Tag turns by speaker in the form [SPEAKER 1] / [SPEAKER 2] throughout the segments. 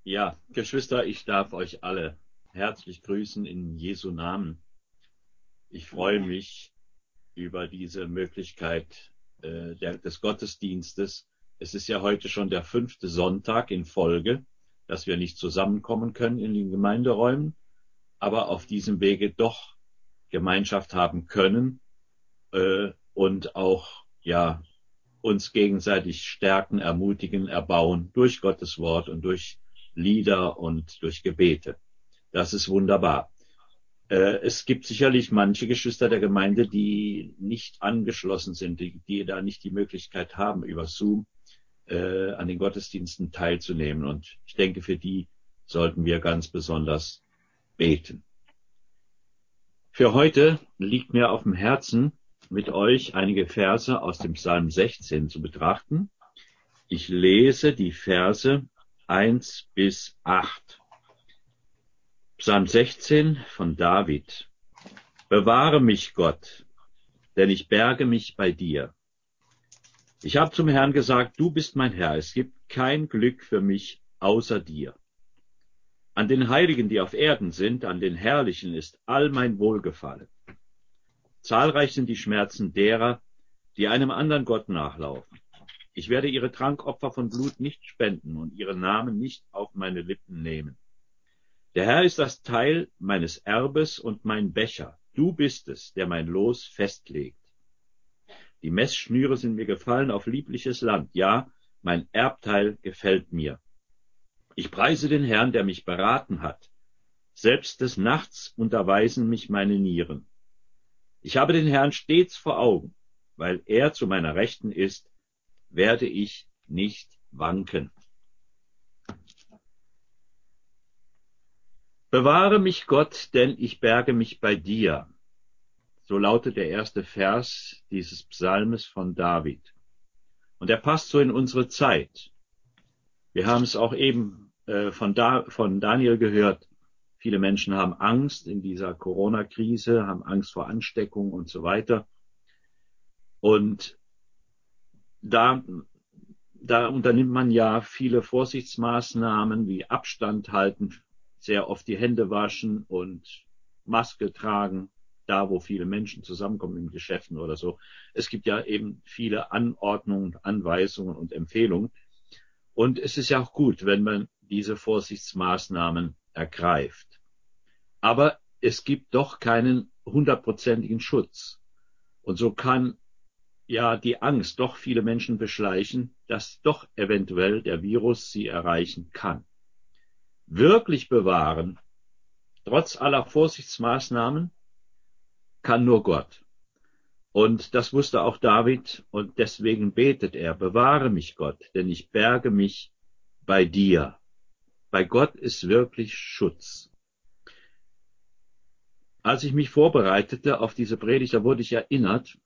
[SPEAKER 1] Ja, Geschwister, ich darf euch alle herzlich grüßen in Jesu Namen. Ich freue mich über diese Möglichkeit des Gottesdienstes. Es ist ja heute schon der 5. Sonntag in Folge, dass wir nicht zusammenkommen können in den Gemeinderäumen, aber auf diesem Wege doch Gemeinschaft haben können und auch ja uns gegenseitig stärken, ermutigen, erbauen durch Gottes Wort und durch Lieder und durch Gebete. Das ist wunderbar. Es gibt sicherlich manche Geschwister der Gemeinde, die nicht angeschlossen sind, die da nicht die Möglichkeit haben, über Zoom an den Gottesdiensten teilzunehmen. Und ich denke, für die sollten wir ganz besonders beten. Für heute liegt mir auf dem Herzen, mit euch einige Verse aus dem Psalm 16 zu betrachten. Ich lese die Verse 1 bis 8. Psalm 16 von David. Bewahre mich, Gott, denn ich berge mich bei dir. Ich habe zum Herrn gesagt, du bist mein Herr, es gibt kein Glück für mich außer dir. An den Heiligen, die auf Erden sind, an den Herrlichen ist all mein Wohlgefallen. Zahlreich sind die Schmerzen derer, die einem anderen Gott nachlaufen. Ich werde ihre Trankopfer von Blut nicht spenden und ihre Namen nicht auf meine Lippen nehmen. Der Herr ist das Teil meines Erbes und mein Becher. Du bist es, der mein Los festlegt. Die Messschnüre sind mir gefallen auf liebliches Land. Ja, mein Erbteil gefällt mir. Ich preise den Herrn, der mich beraten hat. Selbst des Nachts unterweisen mich meine Nieren. Ich habe den Herrn stets vor Augen. Weil er zu meiner Rechten ist, werde ich nicht wanken. Bewahre mich, Gott, denn ich berge mich bei dir. So lautet der erste Vers dieses Psalmes von David. Und er passt so in unsere Zeit. Wir haben es auch eben von Daniel gehört. Viele Menschen haben Angst in dieser Corona-Krise, haben Angst vor Ansteckung und so weiter. Und da unternimmt man ja viele Vorsichtsmaßnahmen wie Abstand halten, sehr oft die Hände waschen und Maske tragen, da wo viele Menschen zusammenkommen in Geschäften oder so. Es gibt ja eben viele Anordnungen, Anweisungen und Empfehlungen. Und es ist ja auch gut, wenn man diese Vorsichtsmaßnahmen ergreift. Aber es gibt doch keinen 100%igen Schutz. Und so kann ja die Angst doch viele Menschen beschleichen, dass doch eventuell der Virus sie erreichen kann. Wirklich bewahren, trotz aller Vorsichtsmaßnahmen, kann nur Gott. Und das wusste auch David und deswegen betet er, bewahre mich, Gott, denn ich berge mich bei dir. Bei Gott ist wirklich Schutz. Als ich mich vorbereitete auf diese Predigt, da wurde ich erinnert,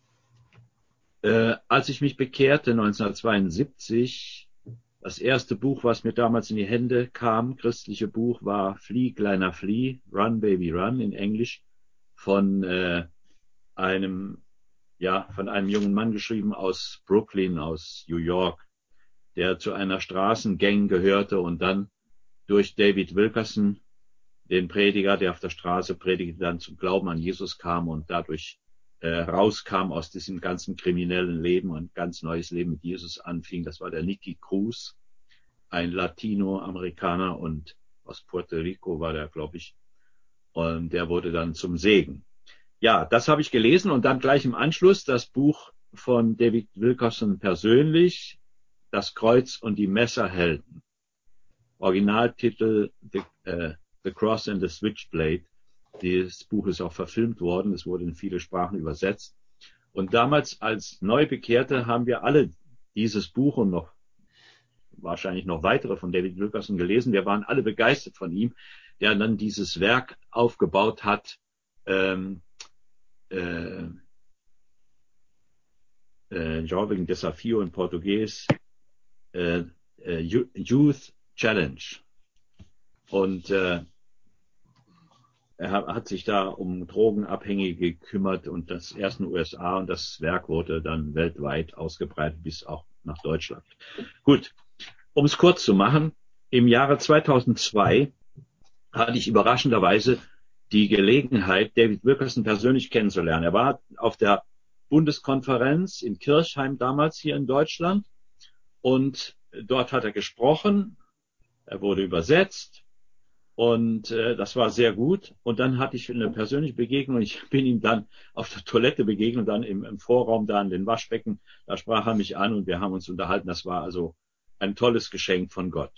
[SPEAKER 1] als ich mich bekehrte 1972, das erste Buch, was mir damals in die Hände kam, christliche Buch, war Flieh, kleiner Flieh, Run, Baby, Run in Englisch, von einem jungen Mann geschrieben aus Brooklyn, aus New York, der zu einer Straßengang gehörte und dann durch David Wilkerson, den Prediger, der auf der Straße predigte, dann zum Glauben an Jesus kam und dadurch rauskam aus diesem ganzen kriminellen Leben und ein ganz neues Leben mit Jesus anfing. Das war der Nicky Cruz, ein Latinoamerikaner, und aus Puerto Rico war der, glaube ich. Und der wurde dann zum Segen. Ja, das habe ich gelesen und dann gleich im Anschluss das Buch von David Wilkerson persönlich, Das Kreuz und die Messerhelden. Originaltitel The Cross and the Switchblade. Dieses Buch ist auch verfilmt worden, es wurde in viele Sprachen übersetzt. Und damals als Neubekehrte haben wir alle dieses Buch und noch wahrscheinlich noch weitere von David Wilkerson gelesen. Wir waren alle begeistert von ihm, der dann dieses Werk aufgebaut hat, Jovem Desafio in Portugies, Youth Challenge. Und er hat sich da um Drogenabhängige gekümmert und das erst in den USA, und das Werk wurde dann weltweit ausgebreitet bis auch nach Deutschland. Gut, um es kurz zu machen, im Jahre 2002 hatte ich überraschenderweise die Gelegenheit, David Wilkerson persönlich kennenzulernen. Er war auf der Bundeskonferenz in Kirchheim damals hier in Deutschland und dort hat er gesprochen, er wurde übersetzt und das war sehr gut. Und dann hatte ich eine persönliche Begegnung. Ich bin ihm dann auf der Toilette begegnet, dann im Vorraum da in den Waschbecken. Da sprach er mich an und wir haben uns unterhalten. Das war also ein tolles Geschenk von Gott.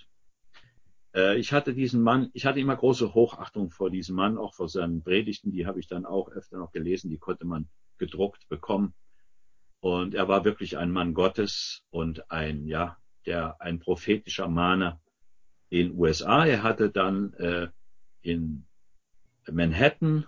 [SPEAKER 1] Ich hatte immer große Hochachtung vor diesem Mann, auch vor seinen Predigten. Die habe ich dann auch öfter noch gelesen. Die konnte man gedruckt bekommen. Und er war wirklich ein Mann Gottes und ein prophetischer Mahner in USA. Er hatte dann in Manhattan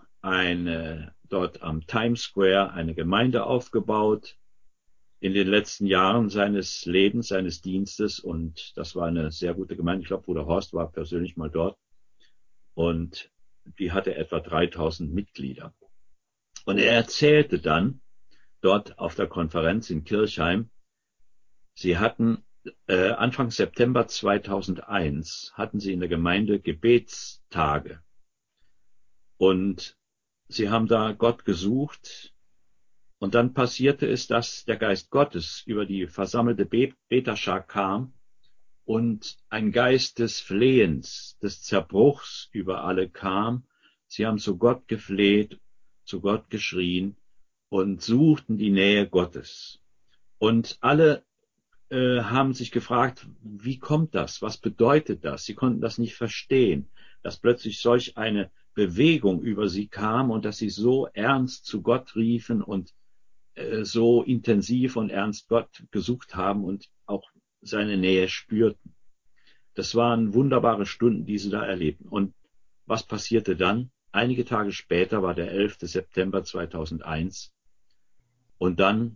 [SPEAKER 1] dort am Times Square eine Gemeinde aufgebaut in den letzten Jahren seines Lebens, seines Dienstes. Und das war eine sehr gute Gemeinde. Ich glaube, Bruder Horst war persönlich mal dort. Und die hatte etwa 3000 Mitglieder. Und er erzählte dann dort auf der Konferenz in Kirchheim, sie hatten Anfang September 2001 hatten sie in der Gemeinde Gebetstage. Und sie haben da Gott gesucht. Und dann passierte es, dass der Geist Gottes über die versammelte Beterschar kam und ein Geist des Flehens, des Zerbruchs über alle kam. Sie haben zu Gott gefleht, zu Gott geschrien und suchten die Nähe Gottes. Und alle haben sich gefragt, wie kommt das? Was bedeutet das? Sie konnten das nicht verstehen, dass plötzlich solch eine Bewegung über sie kam und dass sie so ernst zu Gott riefen und so intensiv und ernst Gott gesucht haben und auch seine Nähe spürten. Das waren wunderbare Stunden, die sie da erlebten. Und was passierte dann? Einige Tage später war der 11. September 2001 und dann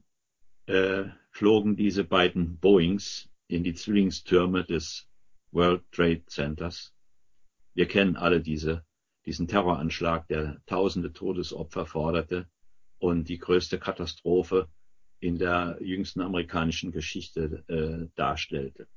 [SPEAKER 1] flogen diese beiden Boeings in die Zwillingstürme des World Trade Centers. Wir kennen alle diesen Terroranschlag, der tausende Todesopfer forderte und die größte Katastrophe in der jüngsten amerikanischen Geschichte darstellte.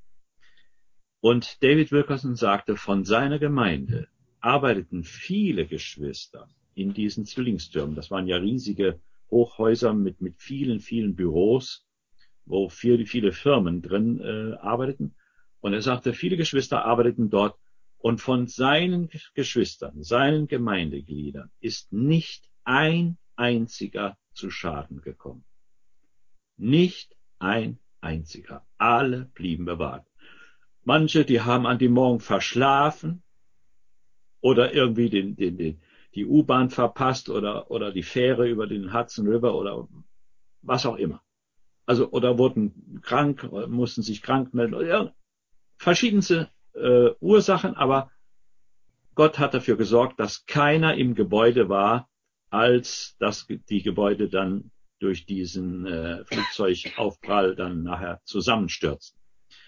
[SPEAKER 1] Und David Wilkerson sagte, von seiner Gemeinde arbeiteten viele Geschwister in diesen Zwillingstürmen. Das waren ja riesige Hochhäuser mit vielen, vielen Büros, wo viele Firmen drin arbeiteten. Und er sagte, viele Geschwister arbeiteten dort. Und von seinen Geschwistern, seinen Gemeindegliedern ist nicht ein einziger zu Schaden gekommen. Nicht ein einziger. Alle blieben bewahrt. Manche, die haben an dem Morgen verschlafen oder irgendwie die U-Bahn verpasst oder die Fähre über den Hudson River oder was auch immer. Also, oder wurden krank, oder mussten sich krank melden, oder verschiedenste Ursachen, aber Gott hat dafür gesorgt, dass keiner im Gebäude war, als dass die Gebäude dann durch diesen Flugzeugaufprall dann nachher zusammenstürzen.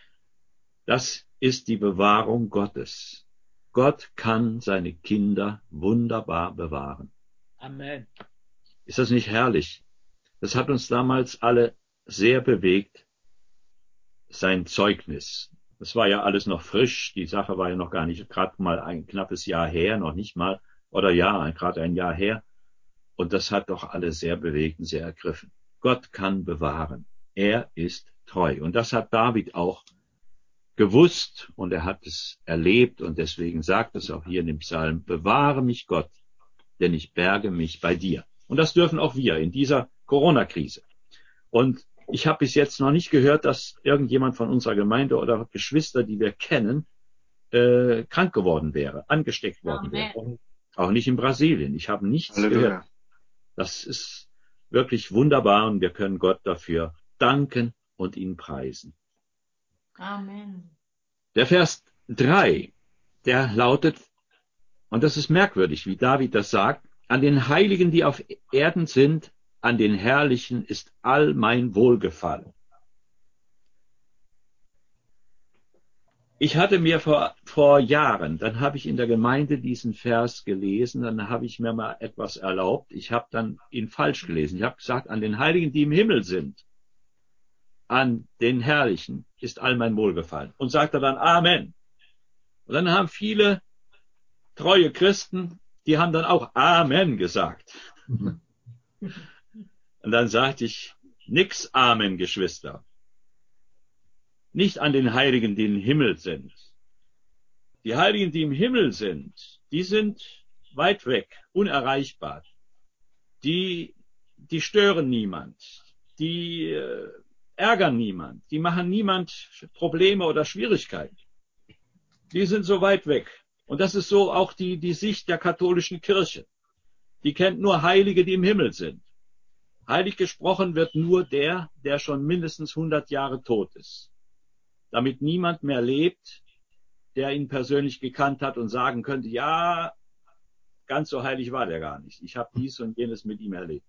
[SPEAKER 1] Das ist die Bewahrung Gottes. Gott kann seine Kinder wunderbar bewahren.
[SPEAKER 2] Amen.
[SPEAKER 1] Ist das nicht herrlich? Das hat uns damals alle sehr bewegt, sein Zeugnis. Das war ja alles noch frisch, die Sache war ja noch gar nicht, gerade mal ein knappes Jahr her, noch nicht mal, oder ja, gerade ein Jahr her. Und das hat doch alle sehr bewegt und sehr ergriffen. Gott kann bewahren. Er ist treu. Und das hat David auch gewusst und er hat es erlebt und deswegen sagt es auch hier in dem Psalm, bewahre mich Gott, denn ich berge mich bei dir. Und das dürfen auch wir in dieser Corona-Krise. Und ich habe bis jetzt noch nicht gehört, dass irgendjemand von unserer Gemeinde oder Geschwister, die wir kennen, krank geworden wäre, angesteckt worden wäre. Auch nicht in Brasilien. Ich habe nichts gehört. Das ist wirklich wunderbar und wir können Gott dafür danken und ihn preisen.
[SPEAKER 2] Amen.
[SPEAKER 1] Der Vers 3, der lautet, und das ist merkwürdig, wie David das sagt, an den Heiligen, die auf Erden sind, an den Herrlichen ist all mein Wohlgefallen. Ich hatte mir vor Jahren, dann habe ich in der Gemeinde diesen Vers gelesen, dann habe ich mir mal etwas erlaubt. Ich habe dann ihn falsch gelesen. Ich habe gesagt, an den Heiligen, die im Himmel sind, an den Herrlichen ist all mein Wohlgefallen. Und sagte dann Amen. Und dann haben viele treue Christen, die haben dann auch Amen gesagt. Und dann sagte ich, nix Amen, Geschwister. Nicht an den Heiligen, die im Himmel sind. Die Heiligen, die im Himmel sind, die sind weit weg, unerreichbar. Die stören niemand. Die ärgern niemand. Die machen niemand Probleme oder Schwierigkeiten. Die sind so weit weg. Und das ist so auch die Sicht der katholischen Kirche. Die kennt nur Heilige, die im Himmel sind. Heilig gesprochen wird nur der schon mindestens 100 Jahre tot ist. Damit niemand mehr lebt, der ihn persönlich gekannt hat und sagen könnte, ja, ganz so heilig war der gar nicht. Ich habe dies und jenes mit ihm erlebt.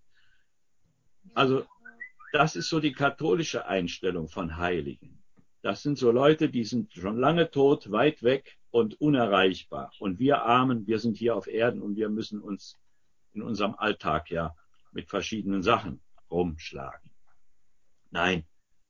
[SPEAKER 1] Also das ist so die katholische Einstellung von Heiligen. Das sind so Leute, die sind schon lange tot, weit weg und unerreichbar. Und wir Armen, wir sind hier auf Erden und wir müssen uns in unserem Alltag ja mit verschiedenen Sachen rumschlagen. Nein,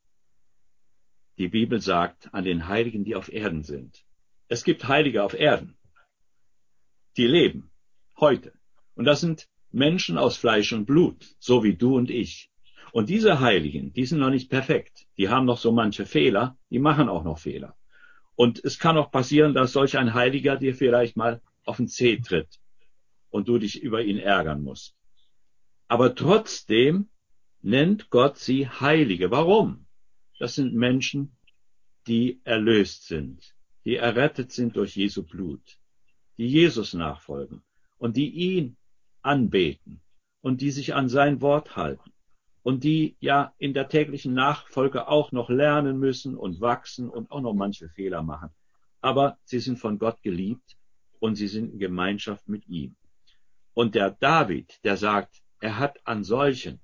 [SPEAKER 1] die Bibel sagt an den Heiligen, die auf Erden sind. Es gibt Heilige auf Erden, die leben heute. Und das sind Menschen aus Fleisch und Blut, so wie du und ich. Und diese Heiligen, die sind noch nicht perfekt. Die haben noch so manche Fehler, die machen auch noch Fehler. Und es kann auch passieren, dass solch ein Heiliger dir vielleicht mal auf den Zeh tritt und du dich über ihn ärgern musst. Aber trotzdem nennt Gott sie Heilige. Warum? Das sind Menschen, die erlöst sind, die errettet sind durch Jesu Blut, die Jesus nachfolgen und die ihn anbeten und die sich an sein Wort halten und die ja in der täglichen Nachfolge auch noch lernen müssen und wachsen und auch noch manche Fehler machen. Aber sie sind von Gott geliebt und sie sind in Gemeinschaft mit ihm. Und der David, der sagt, er hat an solchen,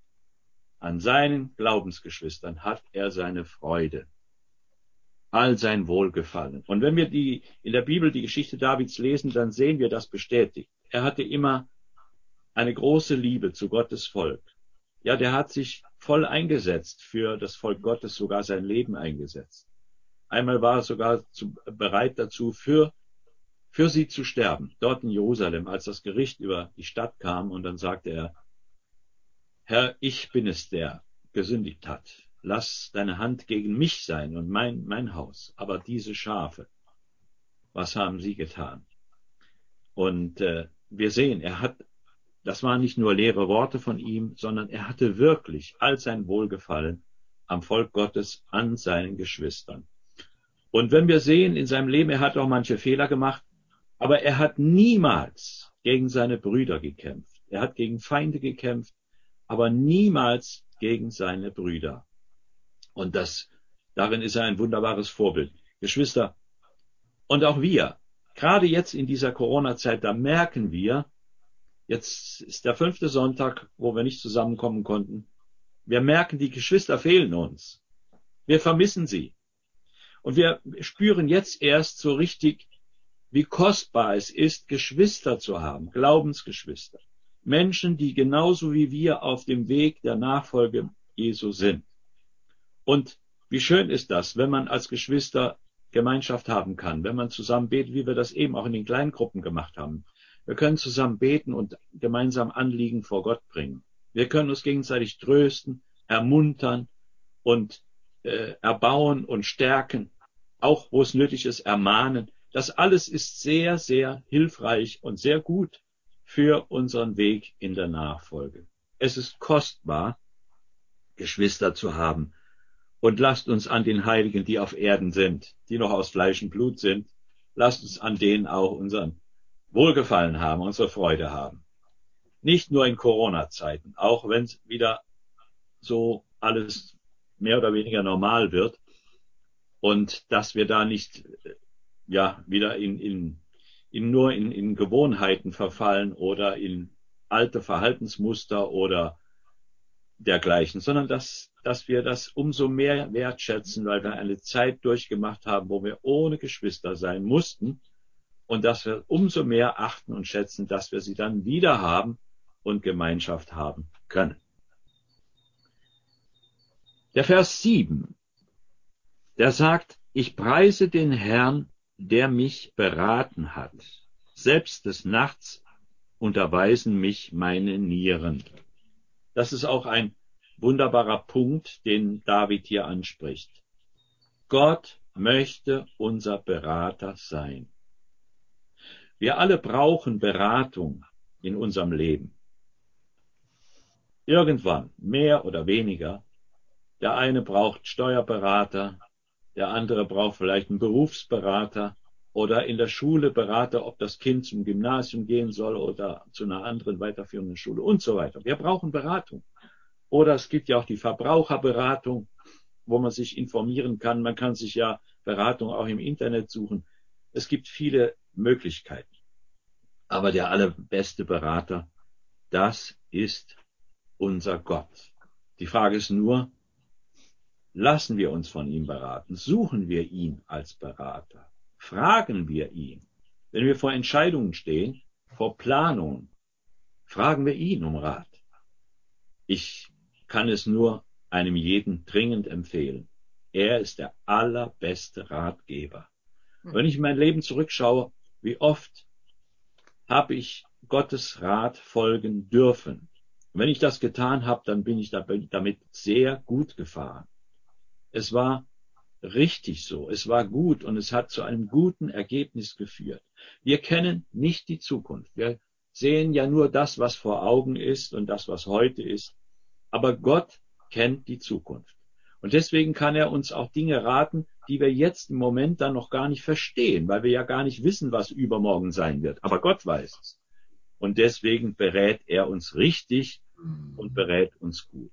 [SPEAKER 1] an seinen Glaubensgeschwistern hat er seine Freude, all sein Wohlgefallen. Und wenn wir in der Bibel die Geschichte Davids lesen, dann sehen wir das bestätigt. Er hatte immer eine große Liebe zu Gottes Volk. Ja, der hat sich voll eingesetzt für das Volk Gottes, sogar sein Leben eingesetzt. Einmal war er sogar bereit dazu, für sie zu sterben, dort in Jerusalem, als das Gericht über die Stadt kam. Und dann sagte er, Herr, ich bin es, der gesündigt hat. Lass deine Hand gegen mich sein und mein Haus. Aber diese Schafe, was haben sie getan? Und wir sehen, das waren nicht nur leere Worte von ihm, sondern er hatte wirklich all sein Wohlgefallen am Volk Gottes, an seinen Geschwistern. Und wenn wir sehen in seinem Leben, er hat auch manche Fehler gemacht, aber er hat niemals gegen seine Brüder gekämpft. Er hat gegen Feinde gekämpft, aber niemals gegen seine Brüder. Und darin ist er ein wunderbares Vorbild. Geschwister, und auch wir, gerade jetzt in dieser Corona-Zeit, da merken wir, jetzt ist der 5. Sonntag, wo wir nicht zusammenkommen konnten. Wir merken, die Geschwister fehlen uns. Wir vermissen sie. Und wir spüren jetzt erst so richtig, wie kostbar es ist, Geschwister zu haben, Glaubensgeschwister. Menschen, die genauso wie wir auf dem Weg der Nachfolge Jesu sind. Und wie schön ist das, wenn man als Geschwister Gemeinschaft haben kann, wenn man zusammen betet, wie wir das eben auch in den Kleingruppen gemacht haben. Wir können zusammen beten und gemeinsam Anliegen vor Gott bringen. Wir können uns gegenseitig trösten, ermuntern und erbauen und stärken, auch wo es nötig ist, ermahnen. Das alles ist sehr, sehr hilfreich und sehr gut für unseren Weg in der Nachfolge. Es ist kostbar, Geschwister zu haben. Und lasst uns an den Heiligen, die auf Erden sind, die noch aus Fleisch und Blut sind, lasst uns an denen auch unseren Wohlgefallen haben, unsere Freude haben. Nicht nur in Corona-Zeiten, auch wenn es wieder so alles mehr oder weniger normal wird und dass wir da nicht wieder nur in Gewohnheiten verfallen oder in alte Verhaltensmuster oder dergleichen, sondern dass wir das umso mehr wertschätzen, weil wir eine Zeit durchgemacht haben, wo wir ohne Geschwister sein mussten und dass wir umso mehr achten und schätzen, dass wir sie dann wieder haben und Gemeinschaft haben können. Der Vers 7, der sagt, ich preise den Herrn der mich beraten hat. Selbst des Nachts unterweisen mich meine Nieren. Das ist auch ein wunderbarer Punkt, den David hier anspricht. Gott möchte unser Berater sein. Wir alle brauchen Beratung in unserem Leben. Irgendwann, mehr oder weniger. Der eine braucht Steuerberater, der andere braucht vielleicht einen Berufsberater oder in der Schule Berater, ob das Kind zum Gymnasium gehen soll oder zu einer anderen weiterführenden Schule und so weiter. Wir brauchen Beratung. Oder es gibt ja auch die Verbraucherberatung, wo man sich informieren kann. Man kann sich ja Beratung auch im Internet suchen. Es gibt viele Möglichkeiten. Aber der allerbeste Berater, das ist unser Gott. Die Frage ist nur, lassen wir uns von ihm beraten? Suchen wir ihn als Berater? Fragen wir ihn? Wenn wir vor Entscheidungen stehen, vor Planungen, fragen wir ihn um Rat. Ich kann es nur einem jeden dringend empfehlen. Er ist der allerbeste Ratgeber. Wenn ich in mein Leben zurückschaue, wie oft habe ich Gottes Rat folgen dürfen. Und wenn ich das getan habe, dann bin ich damit sehr gut gefahren. Es war richtig so, es war gut und es hat zu einem guten Ergebnis geführt. Wir kennen nicht die Zukunft. Wir sehen ja nur das, was vor Augen ist und das, was heute ist. Aber Gott kennt die Zukunft. Und deswegen kann er uns auch Dinge raten, die wir jetzt im Moment dann noch gar nicht verstehen, weil wir ja gar nicht wissen, was übermorgen sein wird. Aber Gott weiß es. Und deswegen berät er uns richtig und berät uns gut.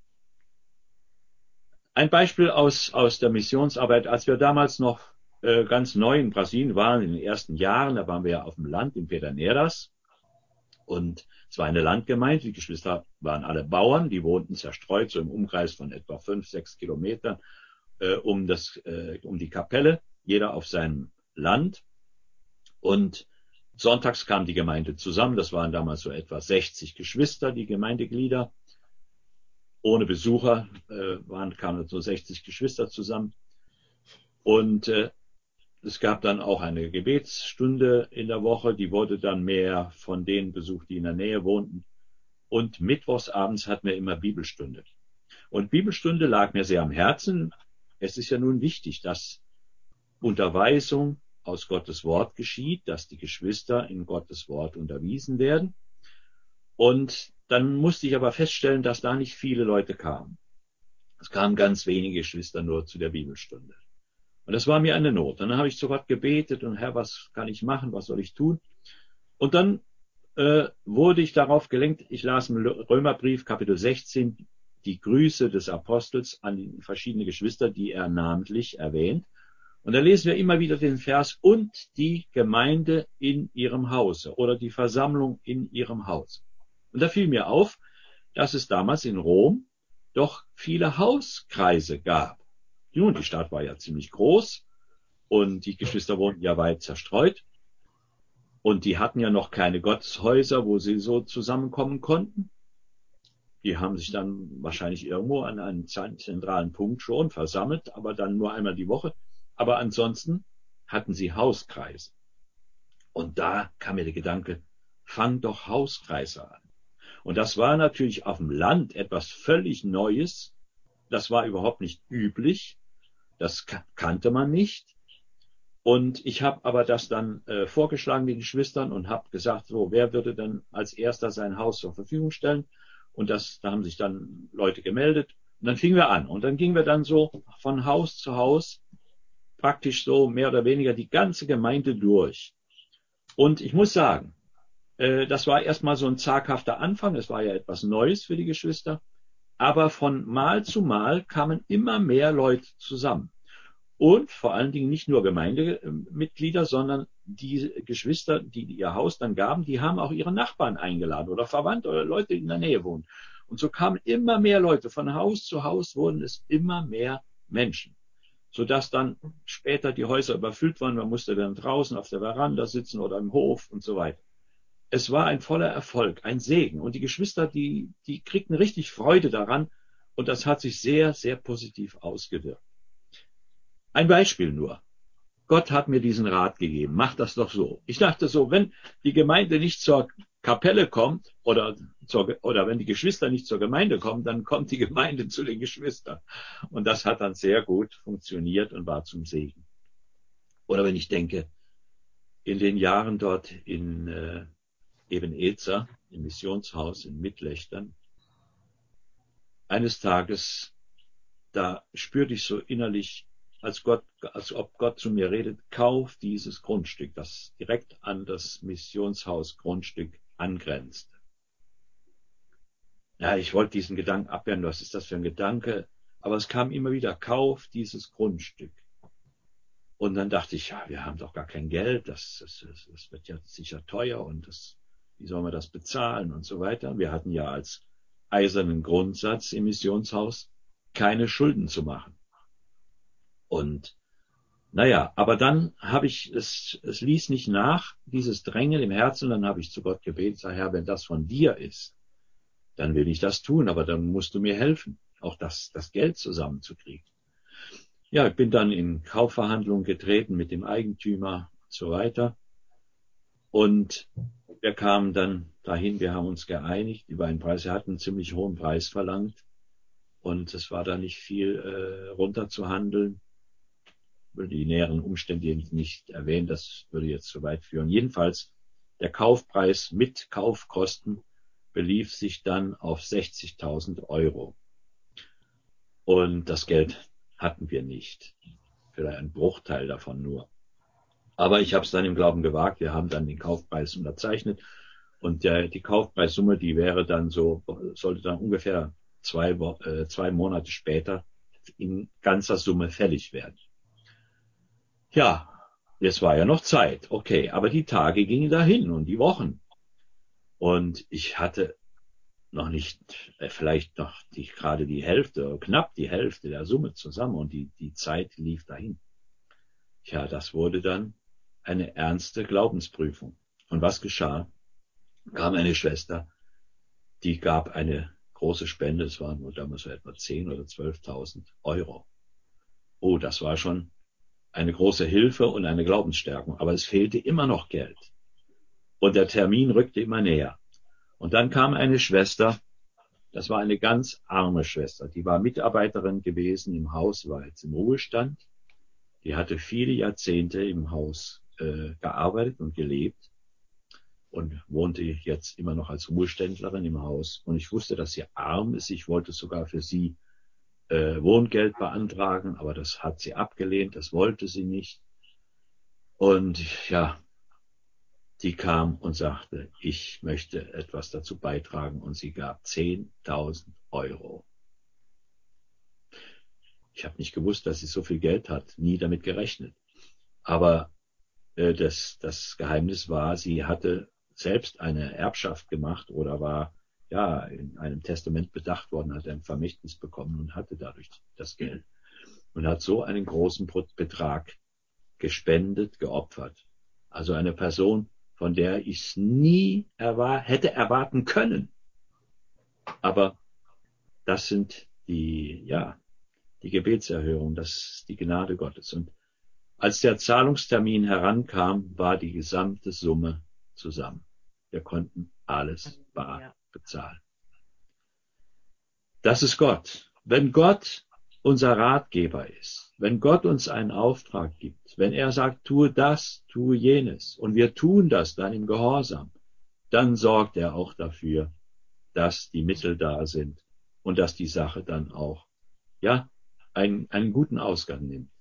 [SPEAKER 1] Ein Beispiel aus der Missionsarbeit, als wir damals noch ganz neu in Brasilien waren, in den ersten Jahren, da waren wir ja auf dem Land in Pederneiras. Und es war eine Landgemeinde, die Geschwister waren alle Bauern, die wohnten zerstreut, so im Umkreis von etwa 5-6 Kilometern um die Kapelle, jeder auf seinem Land. Und sonntags kam die Gemeinde zusammen, das waren damals so etwa 60 Geschwister, die Gemeindeglieder. Ohne Besucher kamen so 60 Geschwister zusammen. Und es gab dann auch eine Gebetsstunde in der Woche, die wurde dann mehr von denen besucht, die in der Nähe wohnten. Und mittwochsabends hatten wir immer Bibelstunde. Und Bibelstunde lag mir sehr am Herzen. Es ist ja nun wichtig, dass Unterweisung aus Gottes Wort geschieht, dass die Geschwister in Gottes Wort unterwiesen werden. Und dann musste ich aber feststellen, dass da nicht viele Leute kamen. Es kamen ganz wenige Geschwister nur zu der Bibelstunde. Und das war mir eine Not. Und dann habe ich zu Gott gebetet und Herr, was kann ich machen? Was soll ich tun? Und dann wurde ich darauf gelenkt, ich las im Römerbrief Kapitel 16 die Grüße des Apostels an die verschiedenen Geschwister, die er namentlich erwähnt. Und da lesen wir immer wieder den Vers, und die Gemeinde in ihrem Hause oder die Versammlung in ihrem Haus. Und da fiel mir auf, dass es damals in Rom doch viele Hauskreise gab. Nun, die Stadt war ja ziemlich groß und die Geschwister wohnten ja weit zerstreut. Und die hatten ja noch keine Gotteshäuser, wo sie so zusammenkommen konnten. Die haben sich dann wahrscheinlich irgendwo an einem zentralen Punkt schon versammelt, aber dann nur einmal die Woche. Aber ansonsten hatten sie Hauskreise. Und da kam mir der Gedanke, fang doch Hauskreise an. Und das war natürlich auf dem Land etwas völlig Neues. Das war überhaupt nicht üblich. Das kannte man nicht. Und ich habe aber das dann vorgeschlagen den Geschwistern und habe gesagt, so, wer würde dann als erster sein Haus zur Verfügung stellen? Und da haben sich dann Leute gemeldet. Und dann fingen wir an. Und dann gingen wir dann so von Haus zu Haus, praktisch so mehr oder weniger die ganze Gemeinde durch. Und ich muss sagen, das war erstmal so ein zaghafter Anfang. Es war ja etwas Neues für die Geschwister. Aber von Mal zu Mal kamen immer mehr Leute zusammen. Und vor allen Dingen nicht nur Gemeindemitglieder, sondern die Geschwister, die ihr Haus dann gaben, die haben auch ihre Nachbarn eingeladen oder Verwandte oder Leute, die in der Nähe wohnen. Und so kamen immer mehr Leute. Von Haus zu Haus wurden es immer mehr Menschen, sodass dann später die Häuser überfüllt waren. Man musste dann draußen auf der Veranda sitzen oder im Hof und so weiter. Es war ein voller Erfolg, ein Segen. Und die Geschwister, die kriegten richtig Freude daran. Und das hat sich sehr, sehr positiv ausgewirkt. Ein Beispiel nur. Gott hat mir diesen Rat gegeben, mach das doch so. Ich dachte so, wenn die Gemeinde nicht zur Kapelle kommt oder wenn die Geschwister nicht zur Gemeinde kommen, dann kommt die Gemeinde zu den Geschwistern. Und das hat dann sehr gut funktioniert und war zum Segen. Oder wenn ich denke, in den Jahren dort in Ebenezer, im Missionshaus in Mitlechtern, eines Tages, da spürte ich so innerlich, als ob Gott zu mir redet, kauf dieses Grundstück, das direkt an das Missionshaus Grundstück angrenzt. Ja, ich wollte diesen Gedanken abwehren, was ist das für ein Gedanke? Aber es kam immer wieder, kauf dieses Grundstück. Und dann dachte ich, ja, wir haben doch gar kein Geld, das wird ja sicher teuer und wie sollen wir das bezahlen und so weiter. Wir hatten ja als eisernen Grundsatz im Missionshaus, keine Schulden zu machen. Und naja, aber dann habe ich, es ließ nicht nach, dieses Drängen im Herzen, und dann habe ich zu Gott gebetet, sag, Herr, wenn das von dir ist, dann will ich das tun, aber dann musst du mir helfen, auch das Geld zusammenzukriegen. Ja, ich bin dann in Kaufverhandlungen getreten mit dem Eigentümer und so weiter. Und wir kamen dann dahin, wir haben uns geeinigt über einen Preis. Er hat einen ziemlich hohen Preis verlangt und es war da nicht viel runterzuhandeln. Ich will die näheren Umstände nicht erwähnen, das würde jetzt zu weit führen. Jedenfalls, der Kaufpreis mit Kaufkosten belief sich dann auf 60.000 Euro. Und das Geld hatten wir nicht. Vielleicht ein Bruchteil davon nur. Aber ich habe es dann im Glauben gewagt. Wir haben dann den Kaufpreis unterzeichnet. Und die Kaufpreissumme, die sollte dann ungefähr zwei Monate später in ganzer Summe fällig werden. Ja, jetzt war ja noch Zeit. Okay, aber die Tage gingen dahin und die Wochen. Und ich hatte noch nicht, vielleicht noch gerade die Hälfte, knapp die Hälfte der Summe zusammen und die Zeit lief dahin. Ja, das wurde dann eine ernste Glaubensprüfung. Und was geschah? Kam eine Schwester, die gab eine große Spende, es waren wohl damals so etwa 10.000 oder 12.000 Euro. Oh, das war schon eine große Hilfe und eine Glaubensstärkung, aber es fehlte immer noch Geld. Und der Termin rückte immer näher. Und dann kam eine Schwester, das war eine ganz arme Schwester, die war Mitarbeiterin gewesen im Haus, war jetzt im Ruhestand. Die hatte viele Jahrzehnte im Haus gearbeitet und gelebt und wohnte jetzt immer noch als Ruheständlerin im Haus. Und ich wusste, dass sie arm ist. Ich wollte sogar für sie Wohngeld beantragen, aber das hat sie abgelehnt, das wollte sie nicht. Und ja, die kam und sagte, ich möchte etwas dazu beitragen, und sie gab 10.000 Euro. Ich habe nicht gewusst, dass sie so viel Geld hat, nie damit gerechnet. Aber das Geheimnis war, sie hatte selbst eine Erbschaft gemacht oder war ja in einem Testament bedacht worden, hat ein Vermächtnis bekommen und hatte dadurch das Geld und hat so einen großen Betrag gespendet, geopfert. Also eine Person, von der ich es nie hätte erwarten können. Aber das sind die Gebetserhörungen, das ist die Gnade Gottes. Und als der Zahlungstermin herankam, war die gesamte Summe zusammen. Wir konnten alles bar bezahlen. Das ist Gott. Wenn Gott unser Ratgeber ist, wenn Gott uns einen Auftrag gibt, wenn er sagt, tue das, tue jenes, und wir tun das dann im Gehorsam, dann sorgt er auch dafür, dass die Mittel da sind und dass die Sache dann auch, einen guten Ausgang nimmt.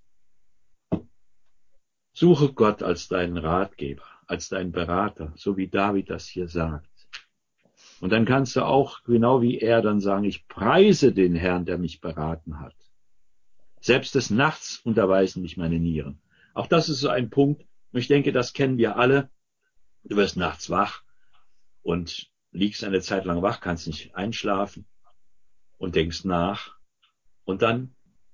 [SPEAKER 1] Suche Gott als deinen Ratgeber, als deinen Berater, so wie David das hier sagt. Und dann kannst du auch, genau wie er, dann sagen, ich preise den Herrn, der mich beraten hat. Selbst des Nachts unterweisen mich meine Nieren. Auch das ist so ein Punkt, und ich denke, das kennen wir alle. Du wirst nachts wach und liegst eine Zeit lang wach, kannst nicht einschlafen und denkst nach. Und dann,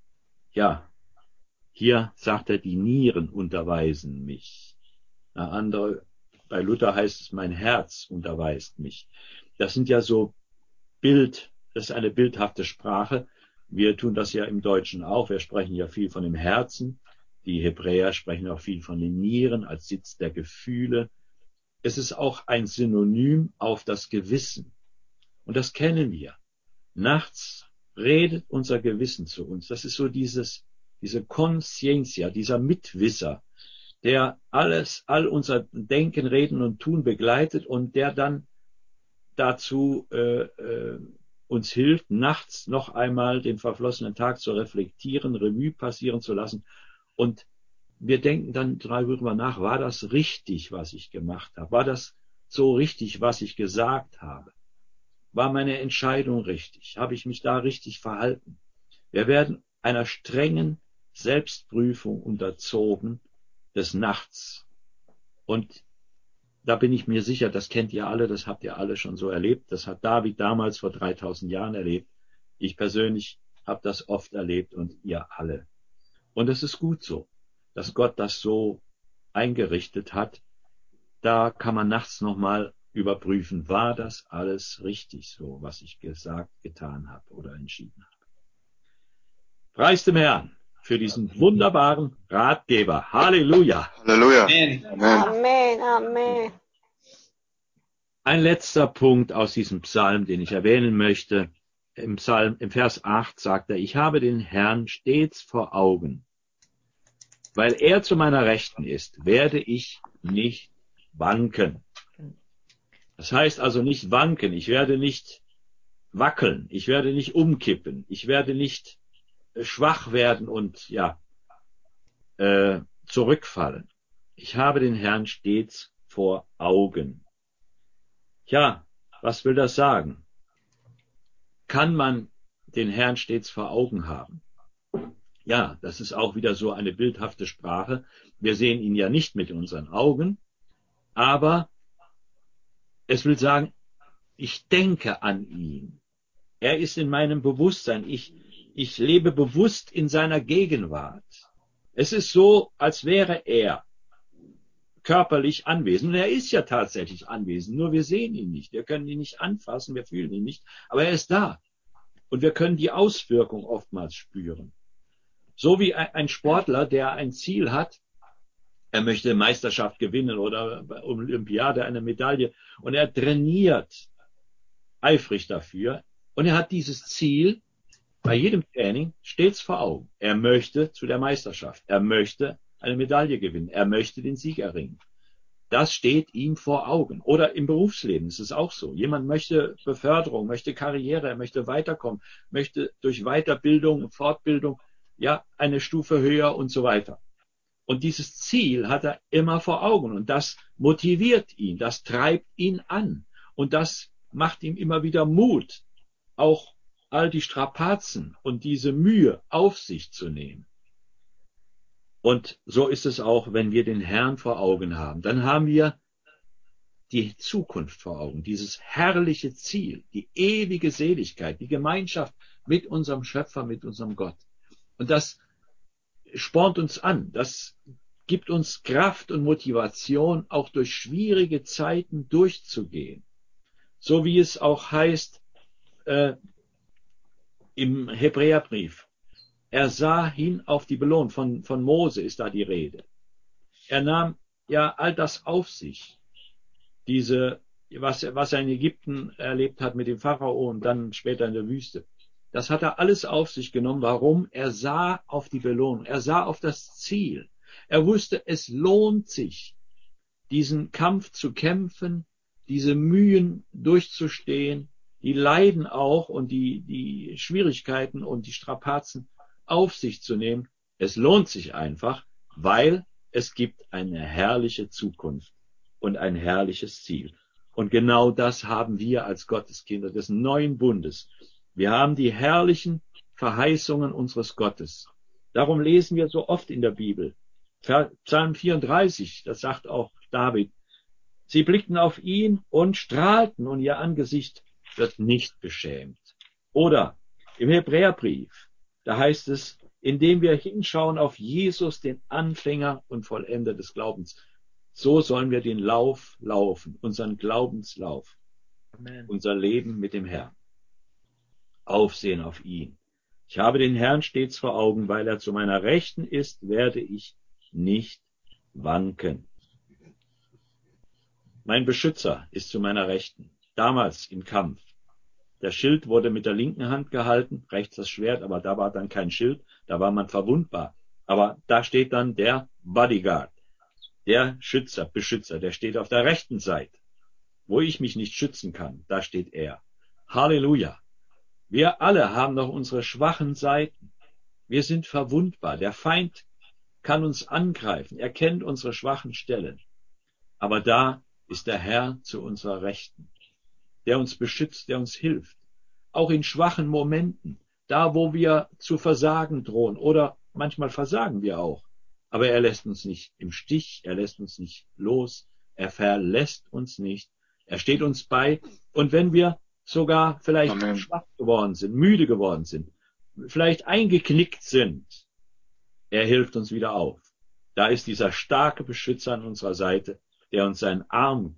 [SPEAKER 1] hier sagt er, die Nieren unterweisen mich. Bei Luther heißt es, mein Herz unterweist mich. Das sind ja so das ist eine bildhafte Sprache. Wir tun das ja im Deutschen auch. Wir sprechen ja viel von dem Herzen. Die Hebräer sprechen auch viel von den Nieren als Sitz der Gefühle. Es ist auch ein Synonym auf das Gewissen. Und das kennen wir. Nachts redet unser Gewissen zu uns. Das ist so diese Conscientia, dieser Mitwisser, der all unser Denken, Reden und Tun begleitet und der dann dazu uns hilft, nachts noch einmal den verflossenen Tag zu reflektieren, Revue passieren zu lassen. Und wir denken dann darüber nach, war das richtig, was ich gemacht habe? War das so richtig, was ich gesagt habe? War meine Entscheidung richtig? Habe ich mich da richtig verhalten? Wir werden einer strengen Selbstprüfung unterzogen des Nachts. Und da bin ich mir sicher, das kennt ihr alle, das habt ihr alle schon so erlebt. Das hat David damals vor 3000 Jahren erlebt. Ich persönlich habe das oft erlebt und ihr alle. Und es ist gut so, dass Gott das so eingerichtet hat. Da kann man nachts nochmal überprüfen, war das alles richtig so, was ich gesagt, getan habe oder entschieden habe. Preis dem Herrn für diesen wunderbaren Ratgeber. Halleluja.
[SPEAKER 3] Halleluja.
[SPEAKER 2] Amen.
[SPEAKER 4] Amen, Amen.
[SPEAKER 1] Ein letzter Punkt aus diesem Psalm, den ich erwähnen möchte. Im Vers 8 sagt er, ich habe den Herrn stets vor Augen. Weil er zu meiner Rechten ist, werde ich nicht wanken. Das heißt also nicht wanken. Ich werde nicht wackeln. Ich werde nicht umkippen. Ich werde nicht schwach werden und zurückfallen. Ich habe den Herrn stets vor Augen. Ja, was will das sagen? Kann man den Herrn stets vor Augen haben? Ja, das ist auch wieder so eine bildhafte Sprache. Wir sehen ihn ja nicht mit unseren Augen, aber es will sagen, ich denke an ihn. Er ist in meinem Bewusstsein. Ich lebe bewusst in seiner Gegenwart. Es ist so, als wäre er körperlich anwesend. Und er ist ja tatsächlich anwesend, nur wir sehen ihn nicht. Wir können ihn nicht anfassen, wir fühlen ihn nicht, aber er ist da. Und wir können die Auswirkung oftmals spüren. So wie ein Sportler, der ein Ziel hat, er möchte Meisterschaft gewinnen oder Olympiade eine Medaille und er trainiert eifrig dafür und er hat dieses Ziel bei jedem Training stets vor Augen. Er möchte zu der Meisterschaft, er möchte eine Medaille gewinnen, er möchte den Sieg erringen. Das steht ihm vor Augen. Oder im Berufsleben ist es auch so. Jemand möchte Beförderung, möchte Karriere, er möchte weiterkommen, möchte durch Weiterbildung, Fortbildung, eine Stufe höher und so weiter. Und dieses Ziel hat er immer vor Augen und das motiviert ihn, das treibt ihn an und das macht ihm immer wieder Mut, auch all die Strapazen und diese Mühe auf sich zu nehmen. Und so ist es auch, wenn wir den Herrn vor Augen haben. Dann haben wir die Zukunft vor Augen, dieses herrliche Ziel, die ewige Seligkeit, die Gemeinschaft mit unserem Schöpfer, mit unserem Gott. Und das spornt uns an, das gibt uns Kraft und Motivation, auch durch schwierige Zeiten durchzugehen. So wie es auch heißt im Hebräerbrief. Er sah hin auf die Belohnung, von Mose ist da die Rede. Er nahm all das auf sich, was er in Ägypten erlebt hat mit dem Pharao und dann später in der Wüste. Das hat er alles auf sich genommen. Warum? Er sah auf die Belohnung, er sah auf das Ziel. Er wusste, es lohnt sich, diesen Kampf zu kämpfen, diese Mühen durchzustehen, die Leiden auch und die Schwierigkeiten und die Strapazen auf sich zu nehmen. Es lohnt sich einfach, weil es gibt eine herrliche Zukunft und ein herrliches Ziel. Und genau das haben wir als Gotteskinder des neuen Bundes. Wir haben die herrlichen Verheißungen unseres Gottes. Darum lesen wir so oft in der Bibel. Psalm 34, das sagt auch David. Sie blickten auf ihn und strahlten und ihr Angesicht wird nicht beschämt. Oder im Hebräerbrief, da heißt es, indem wir hinschauen auf Jesus, den Anfänger und Vollender des Glaubens, so sollen wir den Lauf laufen, unseren Glaubenslauf,
[SPEAKER 2] Amen.
[SPEAKER 1] unser Leben mit dem Herrn. Aufsehen auf ihn. Ich habe den Herrn stets vor Augen, weil er zu meiner Rechten ist, werde ich nicht wanken. Mein Beschützer ist zu meiner Rechten. Damals im Kampf. Der Schild wurde mit der linken Hand gehalten, rechts das Schwert, aber da war dann kein Schild, da war man verwundbar. Aber da steht dann der Bodyguard, der Beschützer, der steht auf der rechten Seite. Wo ich mich nicht schützen kann, da steht er. Halleluja. Wir alle haben noch unsere schwachen Seiten. Wir sind verwundbar. Der Feind kann uns angreifen. Er kennt unsere schwachen Stellen. Aber da ist der Herr zu unserer Rechten, der uns beschützt, der uns hilft. Auch in schwachen Momenten, da wo wir zu versagen drohen oder manchmal versagen wir auch. Aber er lässt uns nicht im Stich, er lässt uns nicht los, er verlässt uns nicht. Er steht uns bei. Und wenn wir sogar vielleicht schwach geworden sind, müde geworden sind, vielleicht eingeknickt sind, er hilft uns wieder auf. Da ist dieser starke Beschützer an unserer Seite, der uns seinen Arm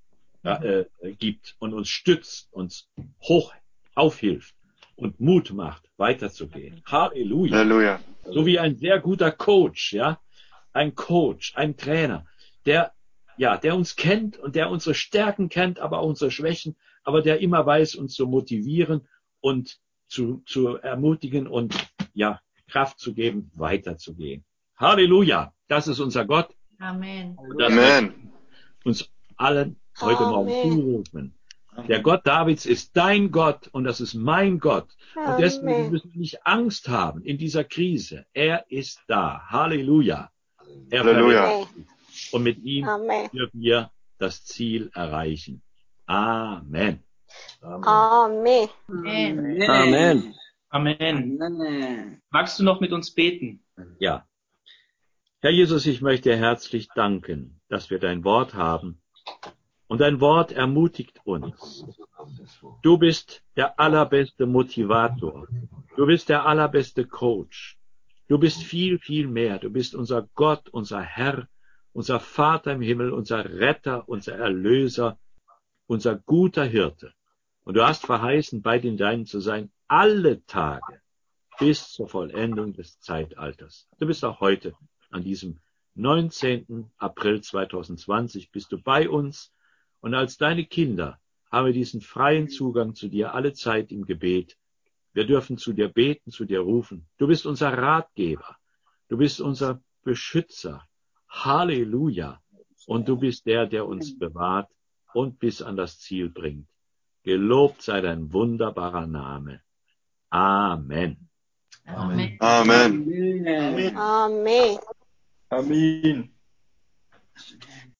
[SPEAKER 1] gibt und uns stützt, uns hoch aufhilft und Mut macht, weiterzugehen. Halleluja.
[SPEAKER 3] Halleluja.
[SPEAKER 1] So wie ein sehr guter Coach, ja, ein Coach, ein Trainer, der uns kennt und der unsere Stärken kennt, aber auch unsere Schwächen, aber der immer weiß, uns zu motivieren und zu ermutigen und Kraft zu geben, weiterzugehen. Halleluja. Das ist unser Gott.
[SPEAKER 2] Amen.
[SPEAKER 1] Und das
[SPEAKER 3] Amen.
[SPEAKER 1] uns allen heute Morgen
[SPEAKER 4] Amen.
[SPEAKER 1] zurufen. Der Gott Davids ist dein Gott und das ist mein Gott. Und deswegen
[SPEAKER 4] Amen.
[SPEAKER 1] müssen wir nicht Angst haben in dieser Krise. Er ist da. Halleluja. Er
[SPEAKER 3] Halleluja.
[SPEAKER 1] verletzt uns. Und mit ihm
[SPEAKER 4] Amen.
[SPEAKER 1] dürfen wir das Ziel erreichen. Amen.
[SPEAKER 4] Amen.
[SPEAKER 2] Amen.
[SPEAKER 5] Amen.
[SPEAKER 2] Amen.
[SPEAKER 5] Magst du noch mit uns beten?
[SPEAKER 1] Ja. Herr Jesus, ich möchte dir herzlich danken, dass wir dein Wort haben. Und dein Wort ermutigt uns. Du bist der allerbeste Motivator. Du bist der allerbeste Coach. Du bist viel, viel mehr. Du bist unser Gott, unser Herr, unser Vater im Himmel, unser Retter, unser Erlöser, unser guter Hirte. Und du hast verheißen, bei den Deinen zu sein, alle Tage bis zur Vollendung des Zeitalters. Du bist auch heute, an diesem 19. April 2020, bist du bei uns. Und als deine Kinder haben wir diesen freien Zugang zu dir alle Zeit im Gebet. Wir dürfen zu dir beten, zu dir rufen. Du bist unser Ratgeber. Du bist unser Beschützer. Halleluja. Und du bist der, der uns bewahrt und bis an das Ziel bringt. Gelobt sei dein wunderbarer Name. Amen.
[SPEAKER 2] Amen.
[SPEAKER 3] Amen.
[SPEAKER 4] Amen.
[SPEAKER 5] Amen.